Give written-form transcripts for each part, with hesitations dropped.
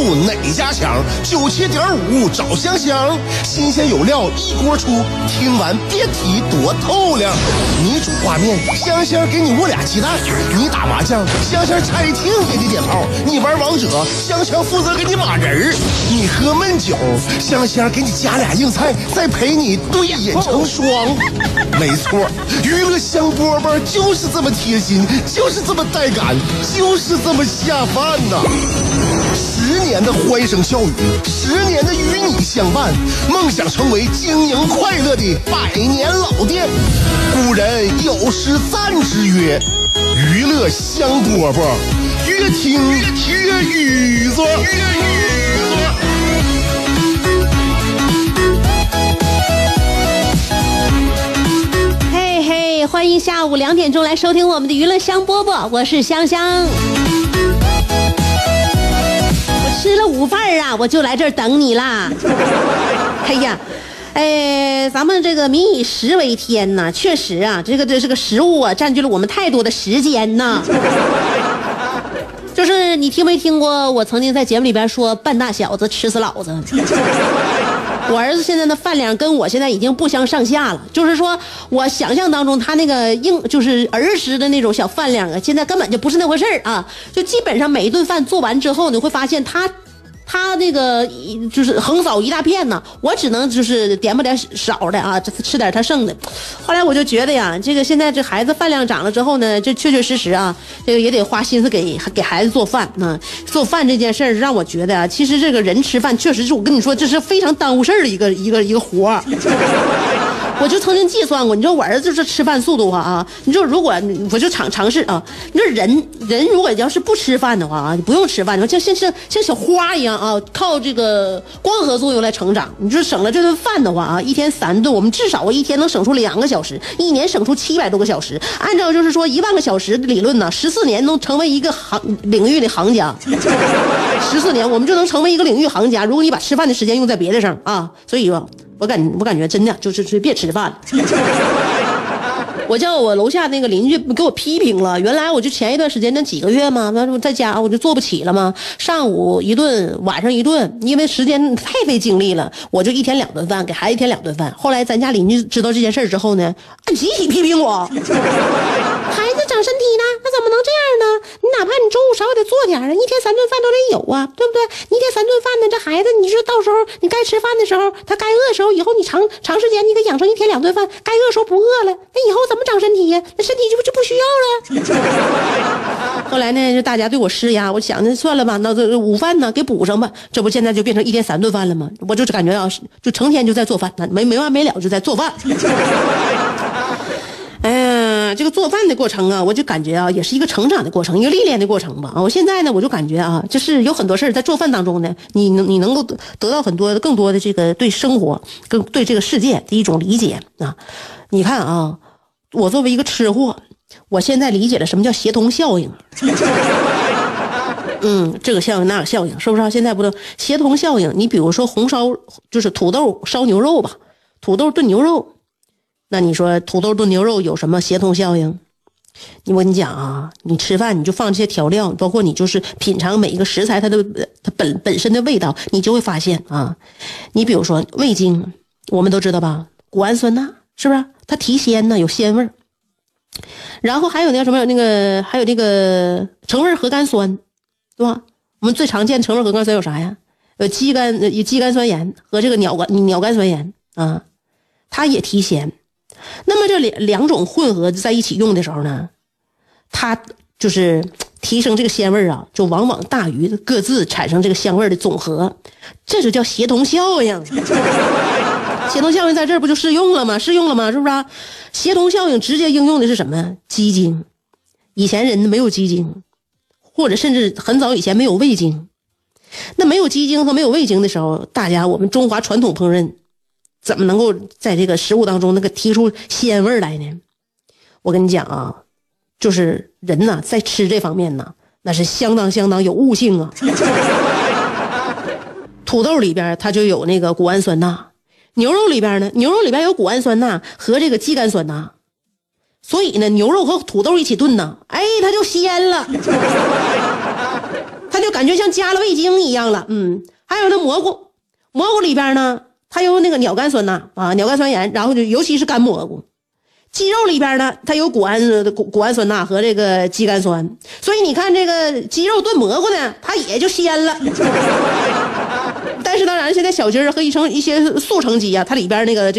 卤哪家强？97.5找香香，新鲜有料一锅出，听完别提多透亮。你煮挂面，香香给你握俩鸡蛋；你打麻将，香香拆听给你点炮；你玩王者，香香负责给你码人；你喝闷酒，香香给你加俩硬菜，再陪你对饮成双。没错，娱乐香饽饽就是这么贴心，就是这么带感，就是这么下饭呐！10年的欢声笑语，10年的与你相伴，梦想成为经营快乐的100年老店。古人有诗赞之曰：娱乐香饽饽，越听越雨子。 嘿嘿，欢迎下午2点钟来收听我们的娱乐香饽饽，我是香香。吃了午饭啊，我就来这儿等你啦。哎呀，咱们这个民以食为天呐，确实啊，这个食物啊，占据了我们太多的时间呐。就是你听没听过我曾经在节目里边说半大小子吃死老子？我儿子现在的饭量跟我现在已经不相上下了，就是说我想象当中他那个就是儿时的那种小饭量啊，现在根本就不是那回事啊！就基本上每一顿饭做完之后，你会发现他那个就是横扫一大片呢，我只能就是点吧点少的啊，吃点他剩的。后来我就觉得呀，这个现在这孩子饭量长了之后呢，这确确实实啊，这个也得花心思给孩子做饭啊。做饭这件事儿让我觉得啊，其实这个人吃饭确实是我跟你说，这是非常耽误事儿的一个活儿。我就曾经计算过，你说我儿子就是吃饭速度啊，你说如果我就尝试啊，你说人如果要是不吃饭的话啊，你不用吃饭，你说像小花一样啊，靠这个光合作用来成长。你说省了这顿饭的话啊，一天3顿，我们至少一天能省出2个小时，一年省出700多个小时。按照就是说1万个小时的理论呢，14年能成为一个领域的行家。14年我们就能成为一个领域行家。如果你把吃饭的时间用在别的上啊，所以吧。我感觉真的就是别吃饭了。我叫我楼下那个邻居给我批评了，原来我就前一段时间那几个月嘛，在家我就做不起了嘛，上午一顿，晚上一顿，因为时间太费精力了，我就1天2顿饭，给孩子1天2顿饭。后来咱家邻居知道这件事之后呢，集体批评我。孩子长身体呢，那怎么能这样呢？你哪怕你中午稍微得做点啊，1天3顿饭都得有啊，对不对？1天3顿饭呢，这孩子你说到时候你该吃饭的时候，他该饿的时候，以后你长时间你给养成1天2顿饭，该饿的时候不饿了，那以后怎么长身体呀？那身体就不需要了。后来呢，就大家对我施压，我想那算了吧，那这午饭呢给补上吧，这不现在就变成1天3顿饭了吗？我就是感觉啊，就成天就在做饭，没完没了就在做饭。这个做饭的过程啊，我就感觉啊，也是一个成长的过程，一个历练的过程吧。我现在呢，我就感觉啊，就是有很多事儿在做饭当中呢，你能够得到更多的这个对生活、对这个世界的一种理解啊。你看啊，我作为一个吃货，我现在理解了什么叫协同效应。这个效应那个效应，是不是？现在不都协同效应？你比如说红烧，就是土豆烧牛肉吧，土豆炖牛肉。那你说土豆炖牛肉有什么协同效应？我跟你讲啊，你吃饭你就放这些调料，包括你就是品尝每一个食材它本身的味道，你就会发现啊，你比如说味精，我们都知道吧，谷氨酸钠是不是？它提鲜呢，有鲜味儿。然后还有那个什么，还有那个成味核苷酸，对吧？我们最常见的成味核苷酸有啥呀？肌苷酸盐和这个鸟苷酸盐啊，它也提鲜。那么这两种混合在一起用的时候呢，它就是提升这个鲜味啊，就往往大于各自产生这个香味的总和，这就叫协同效应。协同效应在这儿不就适用了吗？是不是？协同效应直接应用的是什么？鸡精。以前人没有鸡精，或者甚至很早以前没有味精。那没有鸡精和没有味精的时候，我们中华传统烹饪怎么能够在这个食物当中提出鲜味来呢？我跟你讲啊，就是人呐，在吃这方面呢，那是相当有悟性啊。土豆里边它就有那个谷氨酸钠，牛肉里边有谷氨酸钠和这个肌苷酸钠，所以呢，牛肉和土豆一起炖呢，它就鲜了。 它就感觉像加了味精一样了。还有那蘑菇里边呢，它有那个鸟苷酸钠啊，鸟苷酸盐，然后就尤其是干蘑菇。鸡肉里边呢，它有谷氨酸钠和这个肌酐酸，所以你看这个鸡肉炖蘑菇呢，它也就鲜了。但是当然，现在小鸡儿和一些速成鸡啊，它里边那个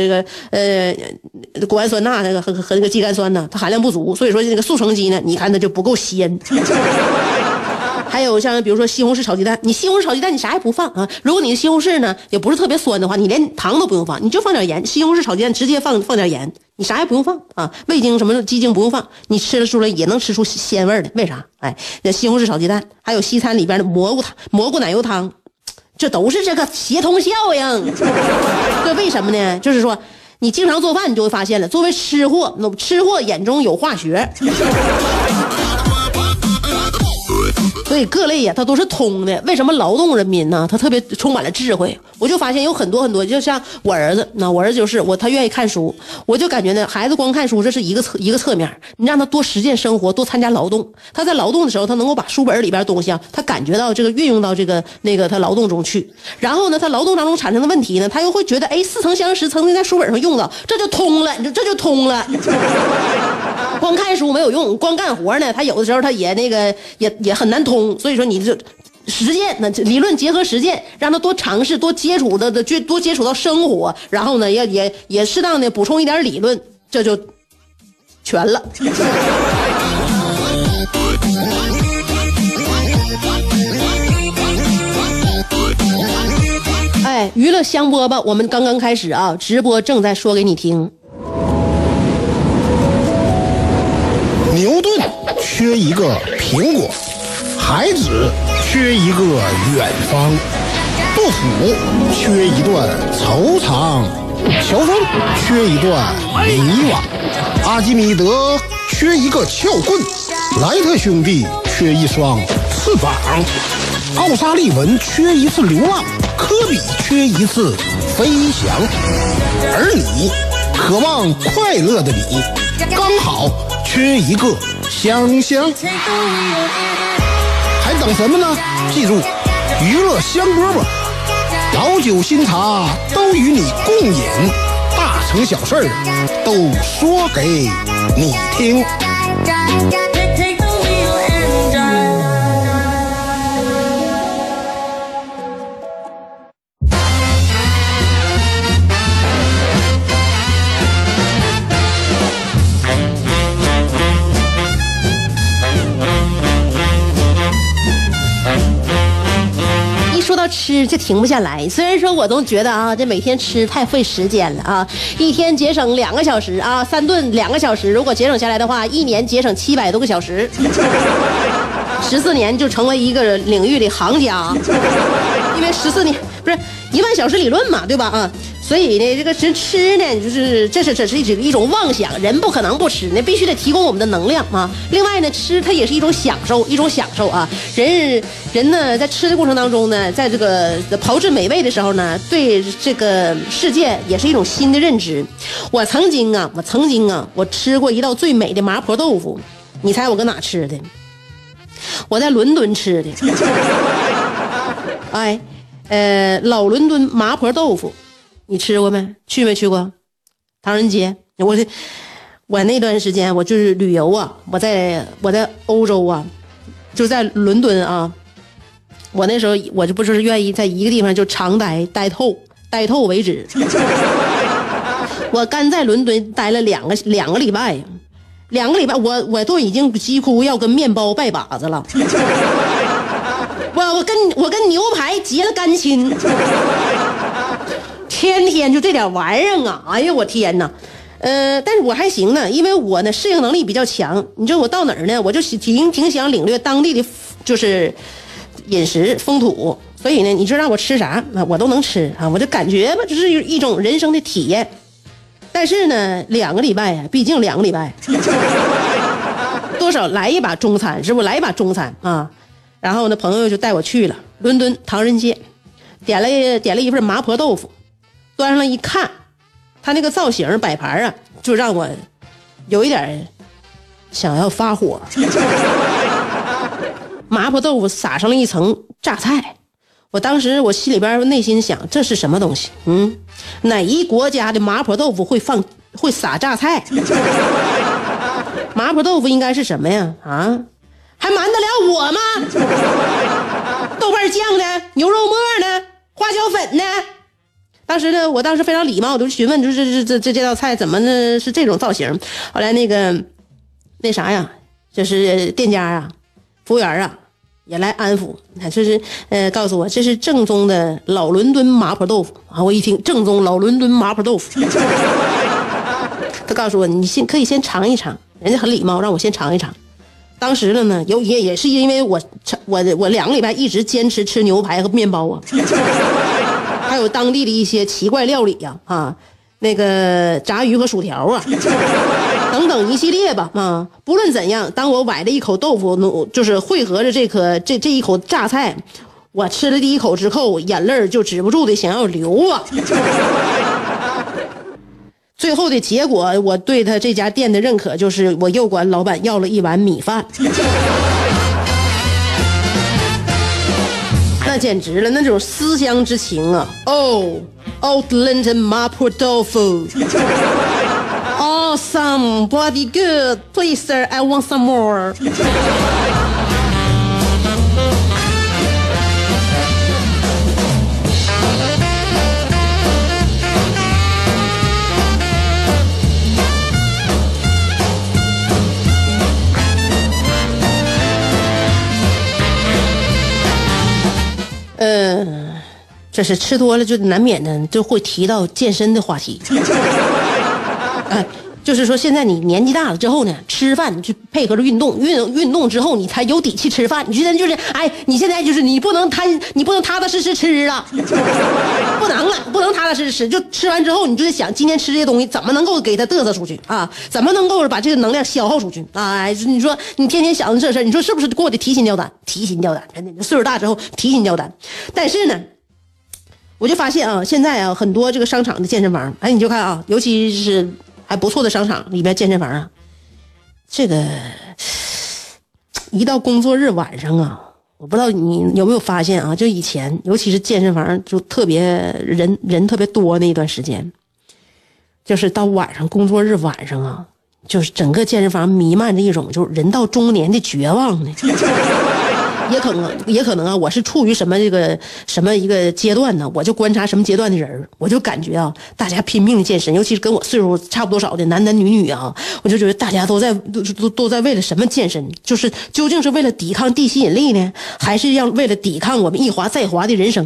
谷氨酸钠那个和这个肌酐酸呢，它含量不足，所以说这个速成鸡呢，你看它就不够鲜。还有像比如说西红柿炒鸡蛋，你西红柿炒鸡蛋你啥也不放啊，如果你的西红柿呢也不是特别酸的话，你连糖都不用放，你就放点盐，西红柿炒鸡蛋直接放点盐，你啥也不用放啊，味精什么鸡精不用放，你吃了出来也能吃出鲜味的。为啥？那西红柿炒鸡蛋，还有西餐里边的蘑菇奶油汤，这都是这个协同效应。这为什么呢？就是说你经常做饭，你就会发现了，作为吃货眼中有化学。所以各类呀，它都是通的。为什么劳动人民呢？他特别充满了智慧。我就发现有很多，就像我儿子，我儿子就是他愿意看书，我就感觉呢，孩子光看书这是一个侧面，你让他多实践生活，多参加劳动。他在劳动的时候，他能够把书本里边东西他感觉到这个运用到他劳动中去。然后呢，他劳动当中产生的问题呢，他又会觉得似曾相识，曾经在书本上用到，这就通了，这就通了。光看书没有用，光干活呢，他有的时候他也也很难通。所以说你就实践，那理论结合实践，让他多尝试，多接触到生活，然后呢也适当的补充一点理论，这就全了。娱乐香饽饽，我们刚刚开始啊，直播正在说给你听。 牛顿缺一个苹果，孩子缺一个远方，杜甫缺一段惆怅，乔峰缺一段迷惘，阿基米德缺一个撬棍，莱特兄弟缺一双翅膀，奥沙利文缺一次流浪，科比缺一次飞翔，而你渴望快乐的你，刚好缺一个香香。还等什么呢？记住，娱乐香饽饽，老酒新茶都与你共饮，大成小事都说给你听。 说到吃就停不下来，虽然说我都觉得啊，这每天吃太费时间了啊，一天节省2个小时啊，3顿2个小时，如果节省下来的话，1年节省700多个小时，14年就成为一个领域的行家，因为14年不是1万小时理论嘛，对吧啊？所以呢，这个吃呢，就是这是一种妄想，人不可能不吃，那必须得提供我们的能量啊。另外呢，吃它也是一种享受啊。人呢，在吃的过程当中呢，在这个炮制美味的时候呢，对这个世界也是一种新的认知。我曾经啊，我吃过一道最美的麻婆豆腐，你猜我搁哪吃的？我在伦敦吃的。老伦敦麻婆豆腐。你吃过没？去没去过？唐人街，我那段时间我就是旅游啊，我在欧洲啊，就在伦敦啊。我那时候我就不是愿意在一个地方就长待透为止。我干在伦敦待了两个礼拜，2个礼拜我都已经几乎要跟面包拜把子了。我跟牛排结了干亲。天天就这点玩意儿啊！哎呀，我天哪！但是我还行呢，因为我呢适应能力比较强。你知道我到哪儿呢，我就挺想领略当地的就是饮食风土，所以呢，你知道让我吃啥我都能吃啊！我就感觉吧，就是一种人生的体验。但是呢，2个礼拜呀，毕竟2个礼拜，多少来一把中餐，是不来一把中餐啊？然后呢，朋友就带我去了伦敦唐人街，点了一份麻婆豆腐。端上来一看，他那个造型摆盘啊，就让我有一点想要发火。 麻婆豆腐撒上了一层榨菜。我当时我心里边内心想，这是什么东西？哪一国家的麻婆豆腐会撒榨菜？麻婆豆腐应该是什么呀？还瞒得了我吗？豆瓣酱呢？牛肉末呢？花椒粉呢？我当时非常礼貌，我就询问，就是这道菜怎么呢是这种造型？后来那啥呀，就是店家啊，服务员啊，也来安抚，就是告诉我这是正宗的老伦敦麻婆豆腐啊！我一听正宗老伦敦麻婆豆腐，他告诉我你可以先尝一尝，人家很礼貌，让我先尝一尝。当时了呢，也是因为我2个礼拜一直坚持吃牛排和面包啊。还有当地的一些奇怪料理呀，那个炸鱼和薯条啊，等等一系列吧，不论怎样，当我崴了一口豆腐，就是汇合着这一口榨菜，我吃了第一口之后，眼泪就止不住的想要流啊。最后的结果，我对他这家店的认可就是我又管老板要了一碗米饭。那简直了，那种思乡之情啊！哦 ，Old London 麻婆豆腐 ，Awesome, body good, please sir, I want some more。这是吃多了就难免的就会提到健身的话题。就是说现在你年纪大了之后呢，吃饭就配合着运动之后你才有底气吃饭。你现在就是你现在就是你不能踏踏实实吃了，不能踏踏实实吃，就吃完之后你就得想今天吃这些东西怎么能够给它嘚瑟出去啊，怎么能够把这个能量消耗出去啊？你说你天天想着这事，你说是不是过得提心吊胆？真的，岁数大之后提心吊胆。但是呢，我就发现啊，现在啊很多这个商场的健身房，你就看啊，尤其是还不错的商场里边健身房啊，这个一到工作日晚上啊，我不知道你有没有发现啊，就以前尤其是健身房就特别人特别多那一段时间，就是到晚上工作日晚上啊，就是整个健身房弥漫着一种就是人到中年的绝望呢。也可能啊，我是处于什么一个阶段呢？我就观察什么阶段的人，我就感觉啊，大家拼命的健身，尤其是跟我岁数差不多少的男女啊，我就觉得大家都在为了什么健身？就是究竟是为了抵抗地吸引力呢，还是为了抵抗我们一滑再滑的人生？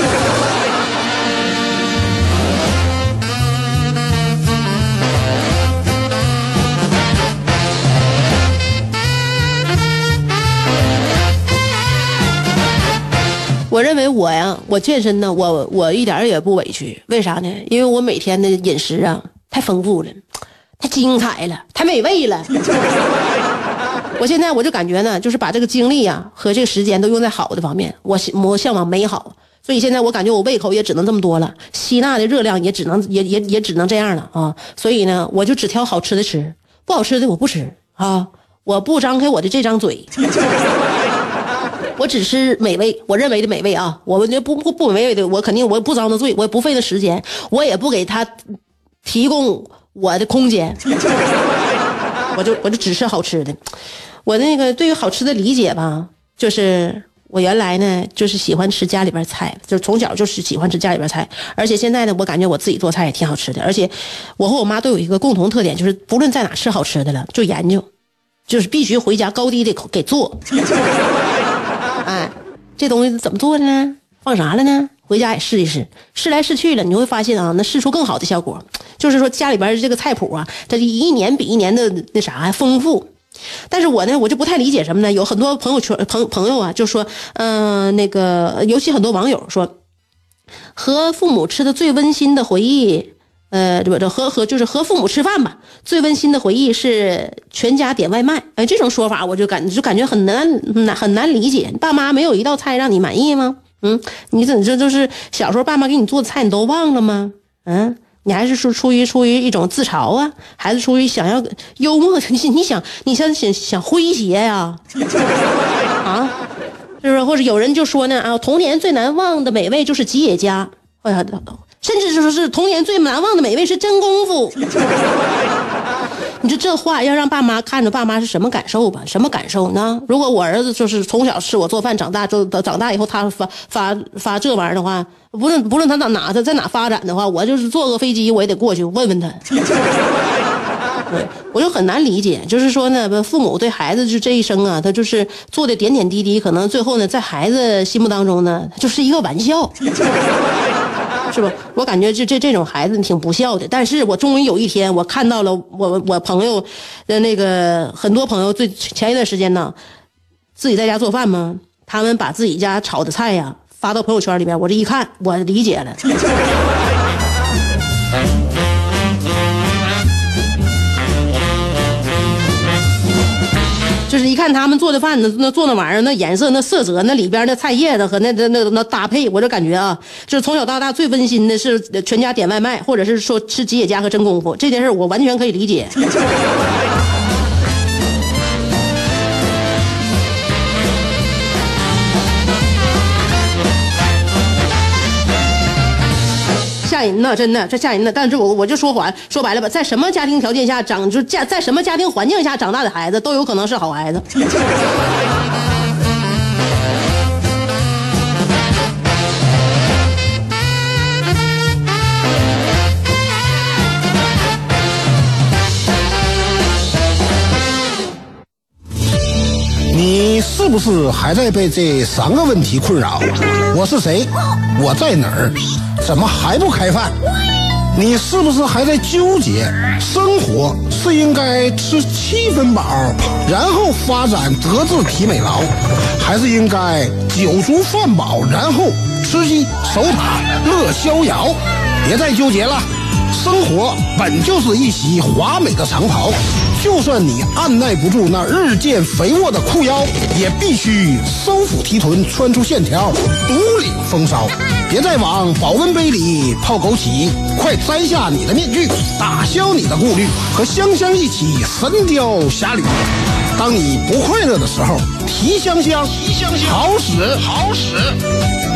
我认为我健身呢，我一点也不委屈，为啥呢？因为我每天的饮食啊太丰富了，太精彩了，太美味了。我现在我就感觉呢，就是把这个精力啊和这个时间都用在好的方面，我向往美好，所以现在我感觉我胃口也只能这么多了，吸纳的热量也只能这样了啊。所以呢，我就只挑好吃的吃，不好吃的我不吃啊，我不张开我的这张嘴。我只吃美味，我认为的美味啊，我觉得不美味的，我肯定我不张的嘴，我也不费那时间，我也不给他提供我的空间，我就只吃好吃的。我那个对于好吃的理解吧，就是我原来呢就是喜欢吃家里边菜，就是从小就是喜欢吃家里边菜，而且现在呢我感觉我自己做菜也挺好吃的，而且我和我妈都有一个共同特点，就是不论在哪吃好吃的了就研究，就是必须回家高低得给做。这东西怎么做的呢？放啥了呢？回家也试一试，试来试去了，你会发现啊，那试出更好的效果。就是说家里边这个菜谱啊，这一年比一年的那啥丰富。但是我呢，我就不太理解什么呢？有很多朋友啊，就说，那个尤其很多网友说，和父母吃的最温馨的回忆。就是和父母吃饭吧，最温馨的回忆是全家点外卖。这种说法我就感觉很难理解。爸妈没有一道菜让你满意吗？你怎么就是小时候爸妈给你做的菜你都忘了吗？你还是说出于一种自嘲啊，还是出于想要幽默？你想诙谐呀？ 是不是？或者有人就说呢啊，童年最难忘的美味就是吉野家，甚至就是童年最难忘的美味是真功夫。你说这话要让爸妈看着，爸妈是什么感受吧？什么感受呢？如果我儿子就是从小吃我做饭长大，长大以后他发这玩意儿的话，不论他在哪发展的话，我就是坐个飞机我也得过去问问他。我就很难理解，就是说呢，父母对孩子就这一生啊，他就是做的点点滴滴，可能最后呢，在孩子心目当中呢，就是一个玩笑。是吧？我感觉这种孩子挺不孝的，但是我终于有一天我看到了我朋友的那个很多朋友前一段时间呢，自己在家做饭嘛，他们把自己家炒的菜呀发到朋友圈里边，我这一看我理解了。就是一看他们做的饭那做那玩意儿，那颜色那色泽，那里边的菜叶子和那搭配，我就感觉啊，就是从小到大最温馨的是全家点外卖，或者是说吃吉野家和真功夫，这件事我完全可以理解。吓人呢，真的这吓人呢。但是我就说白了吧，在什么家庭条件下在什么家庭环境下长大的孩子都有可能是好孩子。 你是不是还在被这3个问题困扰？我是谁？我在哪儿？怎么还不开饭？你是不是还在纠结生活是应该吃7分饱，然后发展德智体美劳，还是应该酒足饭饱，然后吃鸡守塔乐逍遥？别再纠结了，生活本就是一袭华美的长袍，就算你按耐不住那日渐肥沃的裤腰，也必须收腹提臀，穿出线条，独领风骚。别再往保温杯里泡枸杞，快摘下你的面具，打消你的顾虑，和香香一起神雕侠侣。当你不快乐的时候，提香香，好使。